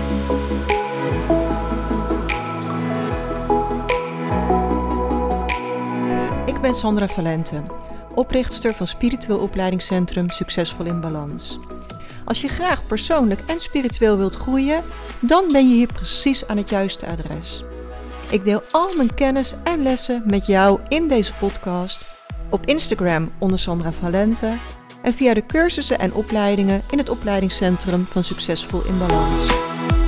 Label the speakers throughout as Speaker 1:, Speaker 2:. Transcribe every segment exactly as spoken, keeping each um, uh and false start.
Speaker 1: Ik ben Sandra Valente, oprichtster van spiritueel opleidingscentrum Succesvol in Balans. Als je graag persoonlijk en spiritueel wilt groeien, dan ben je hier precies aan het juiste adres. Ik deel al mijn kennis en lessen met jou in deze podcast, op Instagram onder Sandra Valente en via de cursussen en opleidingen in het opleidingscentrum van Succesvol in Balans.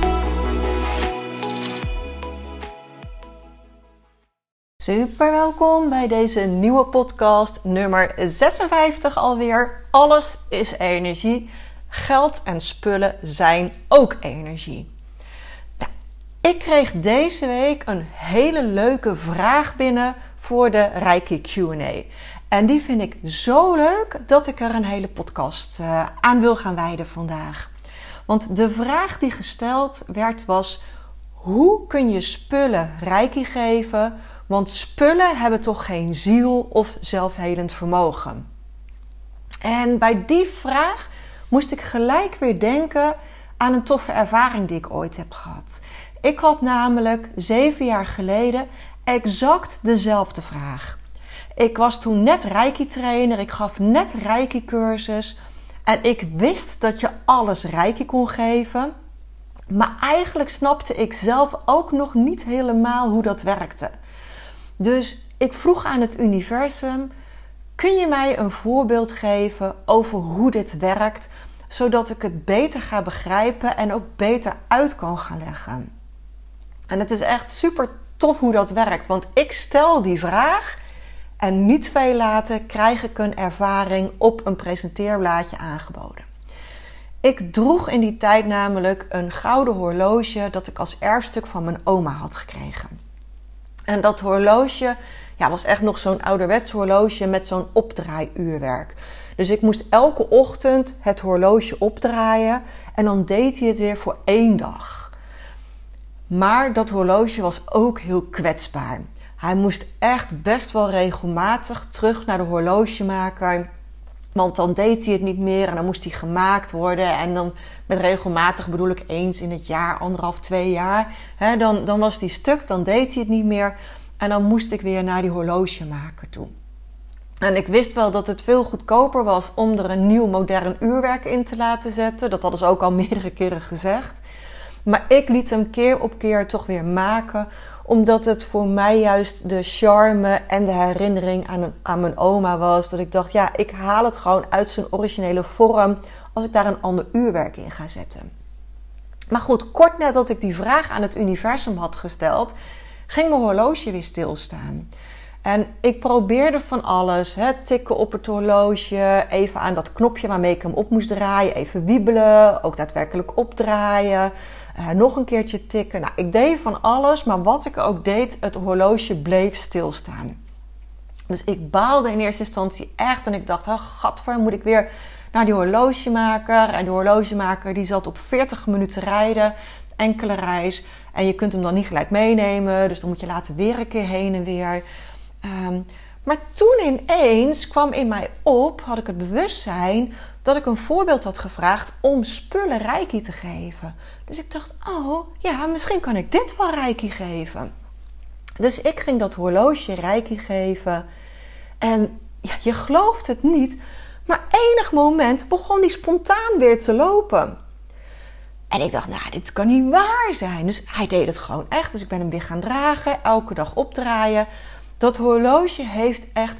Speaker 1: Super welkom bij deze nieuwe podcast, nummer zesenvijftig alweer. Alles is energie. Geld en spullen zijn ook energie. Nou, ik kreeg deze week een hele leuke vraag binnen voor de Reiki Q en A. En die vind ik zo leuk dat ik er een hele podcast uh, aan wil gaan wijden vandaag. Want de vraag die gesteld werd was: hoe kun je spullen Reiki geven? Want spullen hebben toch geen ziel of zelfhelend vermogen? En bij die vraag moest ik gelijk weer denken aan een toffe ervaring die ik ooit heb gehad. Ik had namelijk zeven jaar geleden exact dezelfde vraag. Ik was toen net Reiki-trainer, ik gaf net Reiki-cursus en ik wist dat je alles Reiki kon geven. Maar eigenlijk snapte ik zelf ook nog niet helemaal hoe dat werkte. Dus ik vroeg aan het universum: kun je mij een voorbeeld geven over hoe dit werkt, zodat ik het beter ga begrijpen en ook beter uit kan gaan leggen? En het is echt super tof hoe dat werkt, want ik stel die vraag en niet veel later krijg ik een ervaring op een presenteerblaadje aangeboden. Ik droeg in die tijd namelijk een gouden horloge dat ik als erfstuk van mijn oma had gekregen. En dat horloge ja, was echt nog zo'n ouderwets horloge met zo'n opdraaiuurwerk. Dus ik moest elke ochtend het horloge opdraaien en dan deed hij het weer voor één dag. Maar dat horloge was ook heel kwetsbaar. Hij moest echt best wel regelmatig terug naar de horlogemaker, want dan deed hij het niet meer en dan moest hij gemaakt worden. En dan met regelmatig bedoel ik eens in het jaar, anderhalf, twee jaar. Hè, dan, dan was die stuk, dan deed hij het niet meer. En dan moest ik weer naar die horlogemaker toe. En ik wist wel dat het veel goedkoper was om er een nieuw modern uurwerk in te laten zetten. Dat hadden ze ook al meerdere keren gezegd. Maar ik liet hem keer op keer toch weer maken, omdat het voor mij juist de charme en de herinnering aan, aan mijn oma was. Dat ik dacht, ja, ik haal het gewoon uit zijn originele vorm als ik daar een ander uurwerk in ga zetten. Maar goed, kort nadat ik die vraag aan het universum had gesteld, ging mijn horloge weer stilstaan. En ik probeerde van alles, hè, tikken op het horloge, even aan dat knopje waarmee ik hem op moest draaien, even wiebelen, ook daadwerkelijk opdraaien. Uh, nog een keertje tikken. Nou, ik deed van alles, maar wat ik ook deed, het horloge bleef stilstaan. Dus ik baalde in eerste instantie echt en ik dacht, oh, gadver, moet ik weer naar die horlogemaker. En die horlogemaker die zat op veertig minuten rijden, enkele reis. En je kunt hem dan niet gelijk meenemen, dus dan moet je later weer een keer heen en weer. Um, maar toen ineens kwam in mij op, had ik het bewustzijn dat ik een voorbeeld had gevraagd om spullen Reiki te geven. Dus ik dacht, oh ja, misschien kan ik dit wel Reiki geven. Dus ik ging dat horloge Reiki geven. En ja, je gelooft het niet, maar enig moment begon die spontaan weer te lopen. En ik dacht, nou, dit kan niet waar zijn. Dus hij deed het gewoon echt. Dus ik ben hem weer gaan dragen, elke dag opdraaien. Dat horloge heeft echt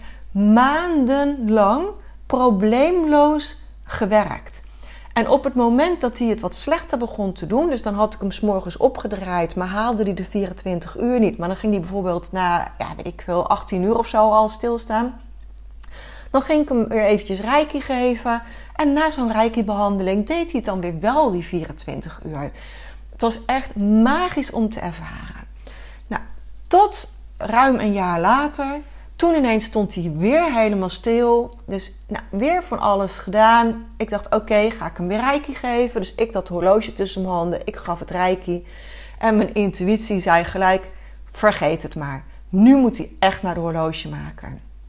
Speaker 1: maandenlang probleemloos gewerkt. En op het moment dat hij het wat slechter begon te doen, dus dan had ik hem 's morgens opgedraaid, maar haalde hij de vierentwintig uur niet. Maar dan ging hij bijvoorbeeld na, ja, weet ik veel, achttien uur of zo al stilstaan. Dan ging ik hem weer eventjes Reiki geven. En na zo'n Reiki-behandeling deed hij het dan weer wel die vierentwintig uur. Het was echt magisch om te ervaren. Nou, tot ruim een jaar later, toen ineens stond hij weer helemaal stil. Dus nou, weer van alles gedaan. Ik dacht, oké, okay, ga ik hem weer Reiki geven. Dus ik dat horloge tussen mijn handen, ik gaf het Reiki. En mijn intuïtie zei gelijk, vergeet het maar. Nu moet hij echt naar de horlogemaker.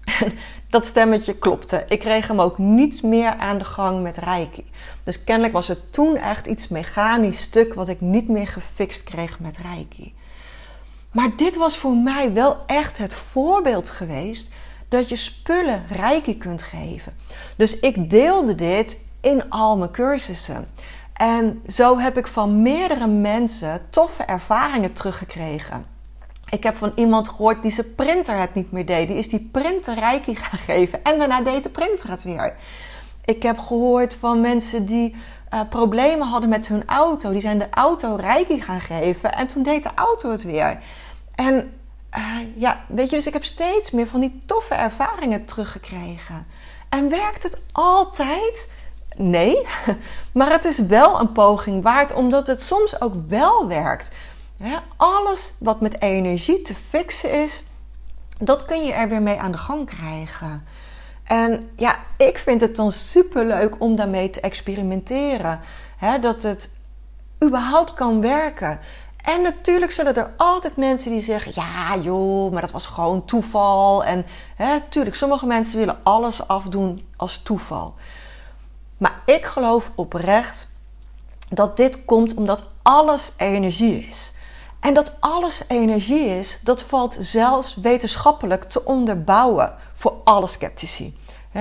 Speaker 1: En dat stemmetje klopte. Ik kreeg hem ook niet meer aan de gang met Reiki. Dus kennelijk was het toen echt iets mechanisch stuk wat ik niet meer gefixt kreeg met Reiki. Maar dit was voor mij wel echt het voorbeeld geweest dat je spullen Reiki kunt geven. Dus ik deelde dit in al mijn cursussen. En zo heb ik van meerdere mensen toffe ervaringen teruggekregen. Ik heb van iemand gehoord die zijn printer het niet meer deed. Die is die printer Reiki gaan geven en daarna deed de printer het weer. Ik heb gehoord van mensen die uh, problemen hadden met hun auto. Die zijn de auto Reiki gaan geven en toen deed de auto het weer. En uh, ja, weet je, dus ik heb steeds meer van die toffe ervaringen teruggekregen. En werkt het altijd? Nee, maar het is wel een poging waard, omdat het soms ook wel werkt. Alles wat met energie te fixen is, dat kun je er weer mee aan de gang krijgen. En ja, ik vind het dan superleuk om daarmee te experimenteren. Hè, dat het überhaupt kan werken. En natuurlijk zullen er altijd mensen die zeggen, ja joh, maar dat was gewoon toeval. En hè, tuurlijk, sommige mensen willen alles afdoen als toeval. Maar ik geloof oprecht dat dit komt omdat alles energie is. En dat alles energie is, dat valt zelfs wetenschappelijk te onderbouwen voor alle sceptici.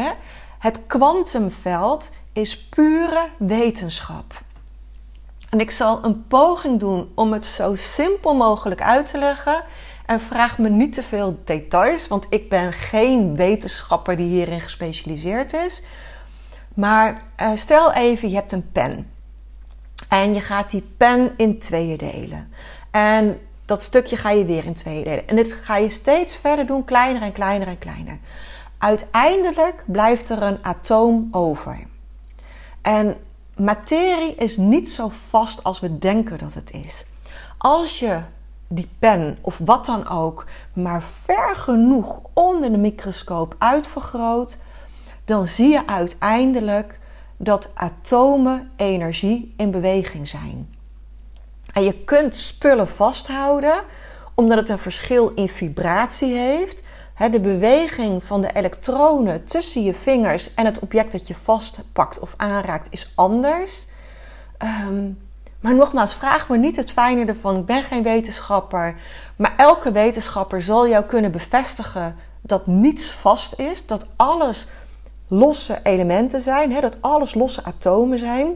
Speaker 1: Het kwantumveld is pure wetenschap. En ik zal een poging doen om het zo simpel mogelijk uit te leggen. En vraag me niet te veel details, want ik ben geen wetenschapper die hierin gespecialiseerd is. Maar uh, stel even, je hebt een pen. En je gaat die pen in tweeën delen. En dat stukje ga je weer in tweeën delen. En dit ga je steeds verder doen, kleiner en kleiner en kleiner. Uiteindelijk blijft er een atoom over. En materie is niet zo vast als we denken dat het is. Als je die pen of wat dan ook maar ver genoeg onder de microscoop uitvergroot, dan zie je uiteindelijk dat atomen energie in beweging zijn. En je kunt spullen vasthouden omdat het een verschil in vibratie heeft. De beweging van de elektronen tussen je vingers en het object dat je vastpakt of aanraakt is anders. Um, maar nogmaals, vraag me niet het fijne ervan. Ik ben geen wetenschapper. Maar elke wetenschapper zal jou kunnen bevestigen dat niets vast is. Dat alles losse elementen zijn. Hè, dat alles losse atomen zijn.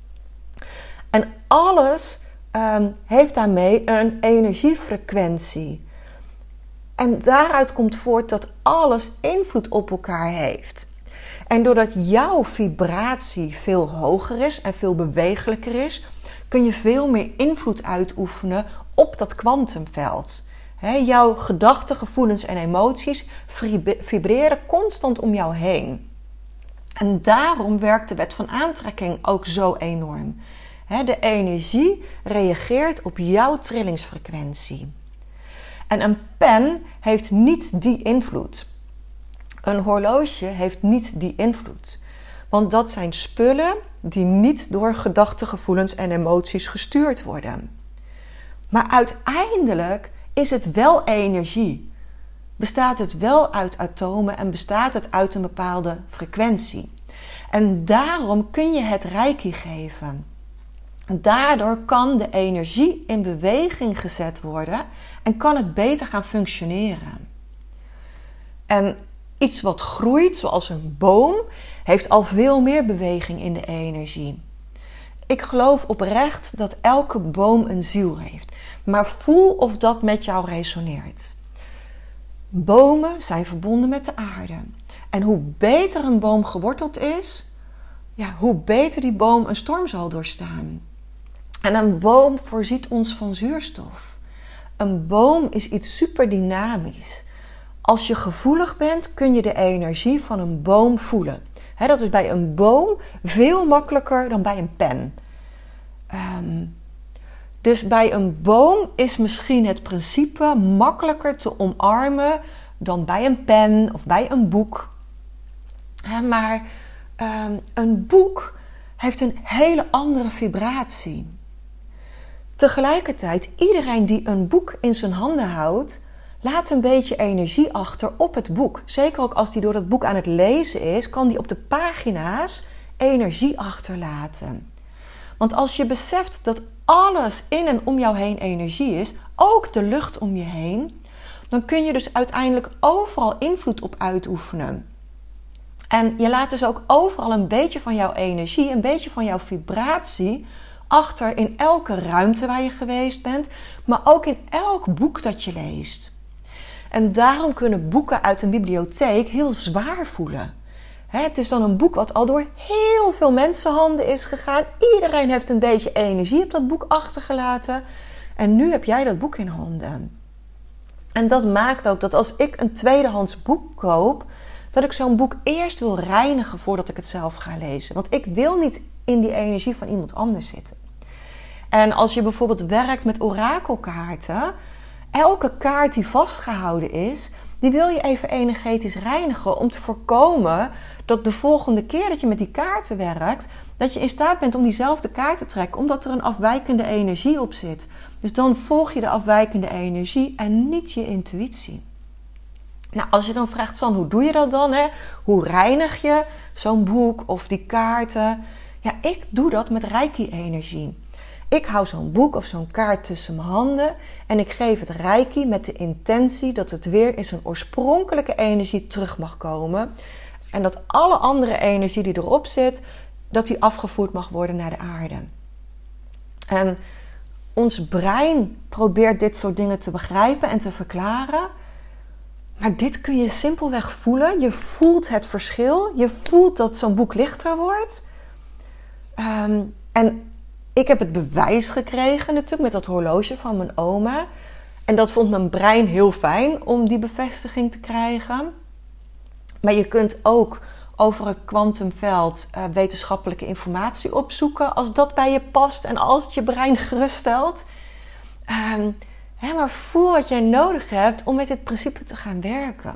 Speaker 1: En alles um, heeft daarmee een energiefrequentie. En daaruit komt voort dat alles invloed op elkaar heeft. En doordat jouw vibratie veel hoger is en veel bewegelijker is, kun je veel meer invloed uitoefenen op dat kwantumveld. He, jouw gedachten, gevoelens en emoties vibreren constant om jou heen. En daarom werkt de wet van aantrekking ook zo enorm. He, de energie reageert op jouw trillingsfrequentie. En een pen heeft niet die invloed. Een horloge heeft niet die invloed. Want dat zijn spullen die niet door gedachten, gevoelens en emoties gestuurd worden. Maar uiteindelijk is het wel energie. Bestaat het wel uit atomen en bestaat het uit een bepaalde frequentie. En daarom kun je het Reiki geven. Daardoor kan de energie in beweging gezet worden en kan het beter gaan functioneren. En iets wat groeit, zoals een boom, heeft al veel meer beweging in de energie. Ik geloof oprecht dat elke boom een ziel heeft. Maar voel of dat met jou resoneert. Bomen zijn verbonden met de aarde. En hoe beter een boom geworteld is, ja, hoe beter die boom een storm zal doorstaan. En een boom voorziet ons van zuurstof. Een boom is iets super dynamisch. Als je gevoelig bent, kun je de energie van een boom voelen. He, dat is bij een boom veel makkelijker dan bij een pen. Um, dus bij een boom is misschien het principe makkelijker te omarmen dan bij een pen of bij een boek. He, maar um, een boek heeft een hele andere vibratie. Tegelijkertijd, iedereen die een boek in zijn handen houdt, laat een beetje energie achter op het boek. Zeker ook als die door dat boek aan het lezen is, kan die op de pagina's energie achterlaten. Want als je beseft dat alles in en om jou heen energie is, ook de lucht om je heen, dan kun je dus uiteindelijk overal invloed op uitoefenen. En je laat dus ook overal een beetje van jouw energie, een beetje van jouw vibratie achter in elke ruimte waar je geweest bent, maar ook in elk boek dat je leest. En daarom kunnen boeken uit een bibliotheek heel zwaar voelen. Het is dan een boek wat al door heel veel mensenhanden is gegaan. Iedereen heeft een beetje energie op dat boek achtergelaten. En nu heb jij dat boek in handen. En dat maakt ook dat als ik een tweedehands boek koop, dat ik zo'n boek eerst wil reinigen voordat ik het zelf ga lezen. Want ik wil niet in die energie van iemand anders zitten. En als je bijvoorbeeld werkt met orakelkaarten, elke kaart die vastgehouden is, die wil je even energetisch reinigen om te voorkomen dat de volgende keer dat je met die kaarten werkt, dat je in staat bent om diezelfde kaart te trekken, omdat er een afwijkende energie op zit. Dus dan volg je de afwijkende energie en niet je intuïtie. Nou, als je dan vraagt, San, hoe doe je dat dan? Hè? Hoe reinig je zo'n boek of die kaarten? Ja, ik doe dat met reiki-energie. Ik hou zo'n boek of zo'n kaart tussen mijn handen en ik geef het reiki met de intentie dat het weer in zijn oorspronkelijke energie terug mag komen. En dat alle andere energie die erop zit, dat die afgevoerd mag worden naar de aarde. En ons brein probeert dit soort dingen te begrijpen en te verklaren. Maar dit kun je simpelweg voelen. Je voelt het verschil. Je voelt dat zo'n boek lichter wordt. Um, en ik heb het bewijs gekregen natuurlijk met dat horloge van mijn oma. En dat vond mijn brein heel fijn om die bevestiging te krijgen. Maar je kunt ook over het kwantumveld uh, wetenschappelijke informatie opzoeken als dat bij je past en als het je brein geruststelt. Um, hè, maar voel wat jij nodig hebt om met dit principe te gaan werken.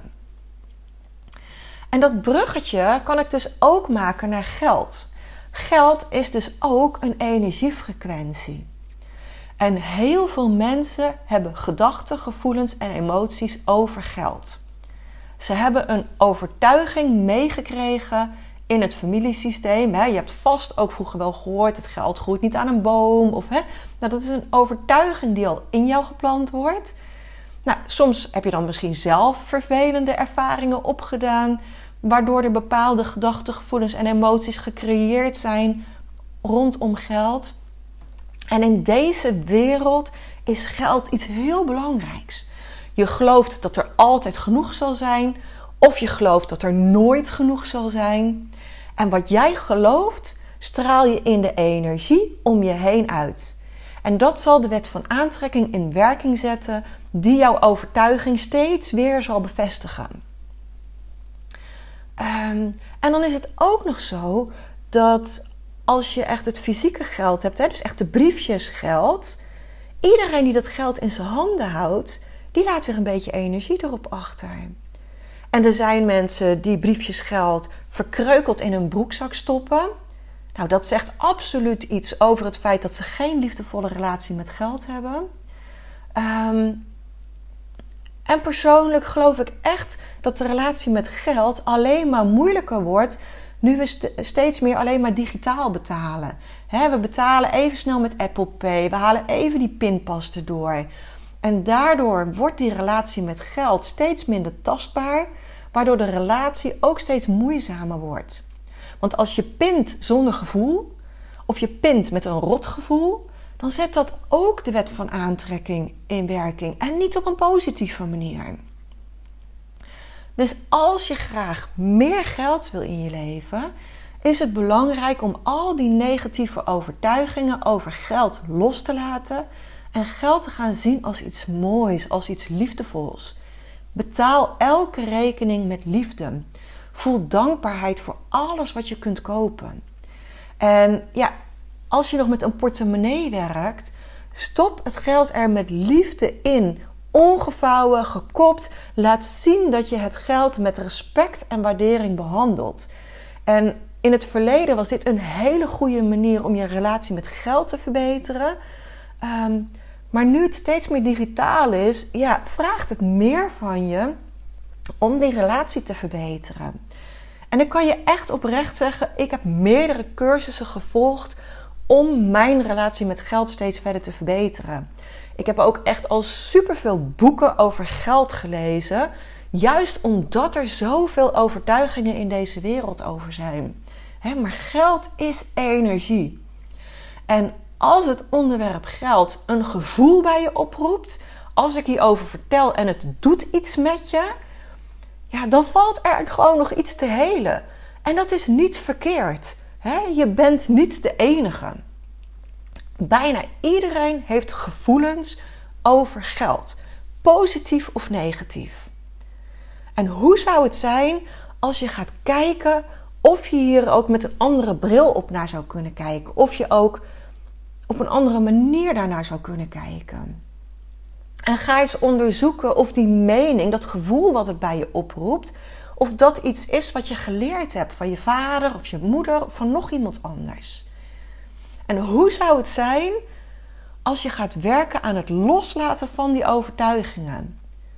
Speaker 1: En dat bruggetje kan ik dus ook maken naar geld. Geld is dus ook een energiefrequentie. En heel veel mensen hebben gedachten, gevoelens en emoties over geld. Ze hebben een overtuiging meegekregen in het familiesysteem. Je hebt vast ook vroeger wel gehoord, het geld groeit niet aan een boom. Of, hè? Nou, dat is een overtuiging die al in jou geplant wordt. Nou, soms heb je dan misschien zelf vervelende ervaringen opgedaan, waardoor er bepaalde gedachten, gevoelens en emoties gecreëerd zijn rondom geld. En in deze wereld is geld iets heel belangrijks. Je gelooft dat er altijd genoeg zal zijn, of je gelooft dat er nooit genoeg zal zijn. En wat jij gelooft, straal je in de energie om je heen uit. En dat zal de wet van aantrekking in werking zetten, die jouw overtuiging steeds weer zal bevestigen. Um, en dan is het ook nog zo dat als je echt het fysieke geld hebt, hè, dus echt de briefjes geld, iedereen die dat geld in zijn handen houdt, die laat weer een beetje energie erop achter. En er zijn mensen die briefjes geld verkreukeld in hun broekzak stoppen. Nou, dat zegt absoluut iets over het feit dat ze geen liefdevolle relatie met geld hebben. Um, en persoonlijk geloof ik echt dat de relatie met geld alleen maar moeilijker wordt nu we st- steeds meer alleen maar digitaal betalen. He, we betalen even snel met Apple Pay, we halen even die pinpas erdoor. En daardoor wordt die relatie met geld steeds minder tastbaar, waardoor de relatie ook steeds moeizamer wordt. Want als je pint zonder gevoel, of je pint met een rotgevoel, dan zet dat ook de wet van aantrekking in werking. En niet op een positieve manier. Dus als je graag meer geld wil in je leven, is het belangrijk om al die negatieve overtuigingen over geld los te laten en geld te gaan zien als iets moois, als iets liefdevols. Betaal elke rekening met liefde. Voel dankbaarheid voor alles wat je kunt kopen. En ja, als je nog met een portemonnee werkt, stop het geld er met liefde in. Ongevouwen, gekopt. Laat zien dat je het geld met respect en waardering behandelt. En in het verleden was dit een hele goede manier om je relatie met geld te verbeteren. Um, Maar nu het steeds meer digitaal is, ja, vraagt het meer van je om die relatie te verbeteren. En ik kan je echt oprecht zeggen, ik heb meerdere cursussen gevolgd om mijn relatie met geld steeds verder te verbeteren. Ik heb ook echt al superveel boeken over geld gelezen, juist omdat er zoveel overtuigingen in deze wereld over zijn. He, maar geld is energie. En als het onderwerp geld een gevoel bij je oproept, als ik hierover vertel en het doet iets met je, ja, dan valt er gewoon nog iets te helen. En dat is niet verkeerd. He, je bent niet de enige. Bijna iedereen heeft gevoelens over geld. Positief of negatief. En hoe zou het zijn als je gaat kijken of je hier ook met een andere bril op naar zou kunnen kijken. Of je ook op een andere manier daarnaar zou kunnen kijken. En ga eens onderzoeken of die mening, dat gevoel wat het bij je oproept, of dat iets is wat je geleerd hebt van je vader of je moeder of van nog iemand anders. En hoe zou het zijn als je gaat werken aan het loslaten van die overtuigingen?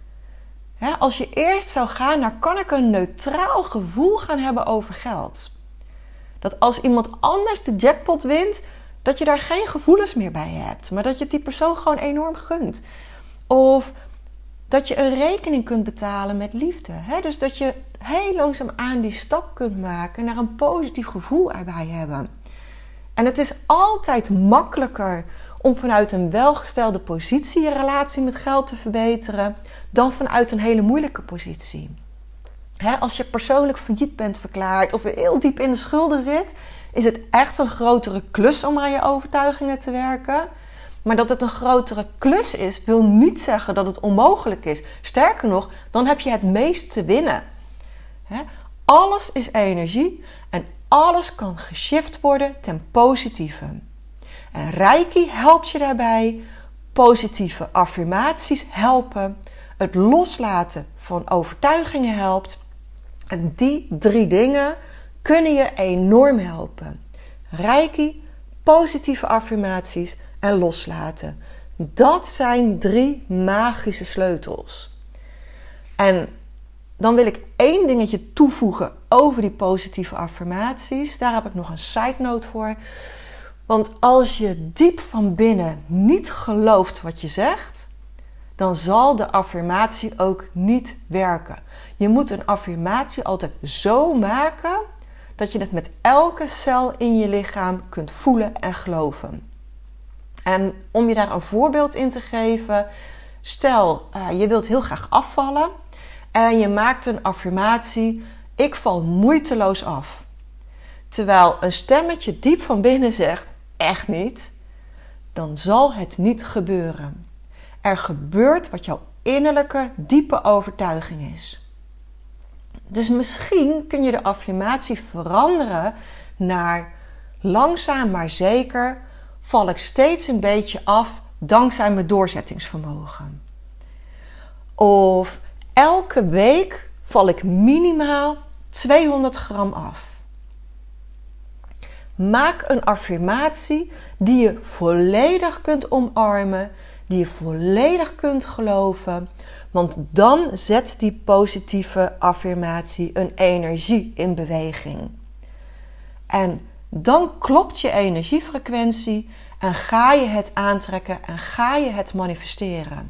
Speaker 1: He, als je eerst zou gaan naar, kan ik een neutraal gevoel gaan hebben over geld? Dat als iemand anders de jackpot wint, dat je daar geen gevoelens meer bij hebt, maar dat je die persoon gewoon enorm gunt. Of dat je een rekening kunt betalen met liefde. He, dus dat je heel langzaamaan die stap kunt maken naar een positief gevoel erbij hebben. En het is altijd makkelijker om vanuit een welgestelde positie je relatie met geld te verbeteren dan vanuit een hele moeilijke positie. He, als je persoonlijk failliet bent verklaard of heel diep in de schulden zit, is het echt een grotere klus om aan je overtuigingen te werken. Maar dat het een grotere klus is, wil niet zeggen dat het onmogelijk is. Sterker nog, dan heb je het meest te winnen. He, alles is energie en alles kan geshift worden ten positieve. En Reiki helpt je daarbij. Positieve affirmaties helpen. Het loslaten van overtuigingen helpt. En die drie dingen kunnen je enorm helpen. Reiki, positieve affirmaties en loslaten. Dat zijn drie magische sleutels. En dan wil ik één dingetje toevoegen over die positieve affirmaties. Daar heb ik nog een side note voor. Want als je diep van binnen niet gelooft wat je zegt, dan zal de affirmatie ook niet werken. Je moet een affirmatie altijd zo maken dat je het met elke cel in je lichaam kunt voelen en geloven. En om je daar een voorbeeld in te geven, stel uh, je wilt heel graag afvallen en je maakt een affirmatie, ik val moeiteloos af. Terwijl een stemmetje diep van binnen zegt, echt niet, dan zal het niet gebeuren. Er gebeurt wat jouw innerlijke, diepe overtuiging is. Dus misschien kun je de affirmatie veranderen naar langzaam maar zeker val ik steeds een beetje af dankzij mijn doorzettingsvermogen. Of elke week val ik minimaal tweehonderd gram af. Maak een affirmatie die je volledig kunt omarmen, die je volledig kunt geloven, want dan zet die positieve affirmatie een energie in beweging. En dan klopt je energiefrequentie en ga je het aantrekken en ga je het manifesteren.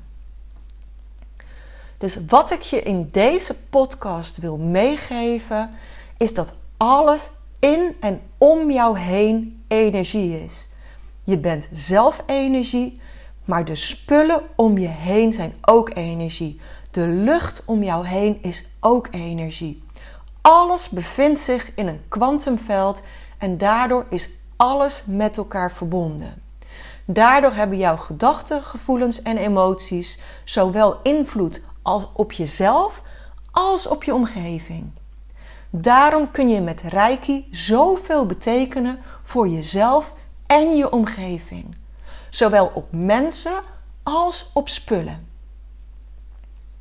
Speaker 1: Dus wat ik je in deze podcast wil meegeven, is dat alles in en om jou heen energie is. Je bent zelf energie, maar de spullen om je heen zijn ook energie. De lucht om jou heen is ook energie. Alles bevindt zich in een kwantumveld en daardoor is alles met elkaar verbonden. Daardoor hebben jouw gedachten, gevoelens en emoties zowel invloed als op jezelf als op je omgeving. Daarom kun je met Reiki zoveel betekenen voor jezelf en je omgeving. Zowel op mensen als op spullen.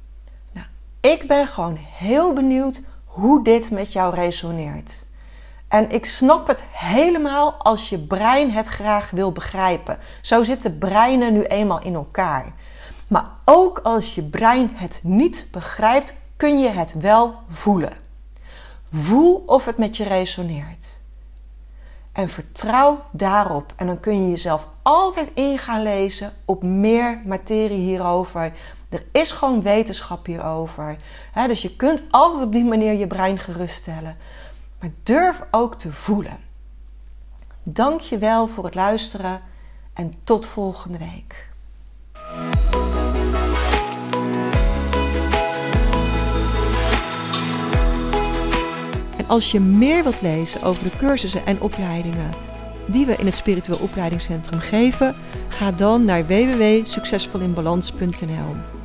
Speaker 1: Nou, ik ben gewoon heel benieuwd hoe dit met jou resoneert. En ik snap het helemaal als je brein het graag wil begrijpen. Zo zitten breinen nu eenmaal in elkaar. Maar ook als je brein het niet begrijpt, kun je het wel voelen. Voel of het met je resoneert. En vertrouw daarop. En dan kun je jezelf altijd in gaan lezen op meer materie hierover. Er is gewoon wetenschap hierover. He, dus je kunt altijd op die manier je brein geruststellen. Maar durf ook te voelen. Dank je wel voor het luisteren en tot volgende week. En als je meer wilt lezen over de cursussen en opleidingen die we in het Spiritueel Opleidingscentrum geven, ga dan naar w w w punt succesvolinbalans punt n l.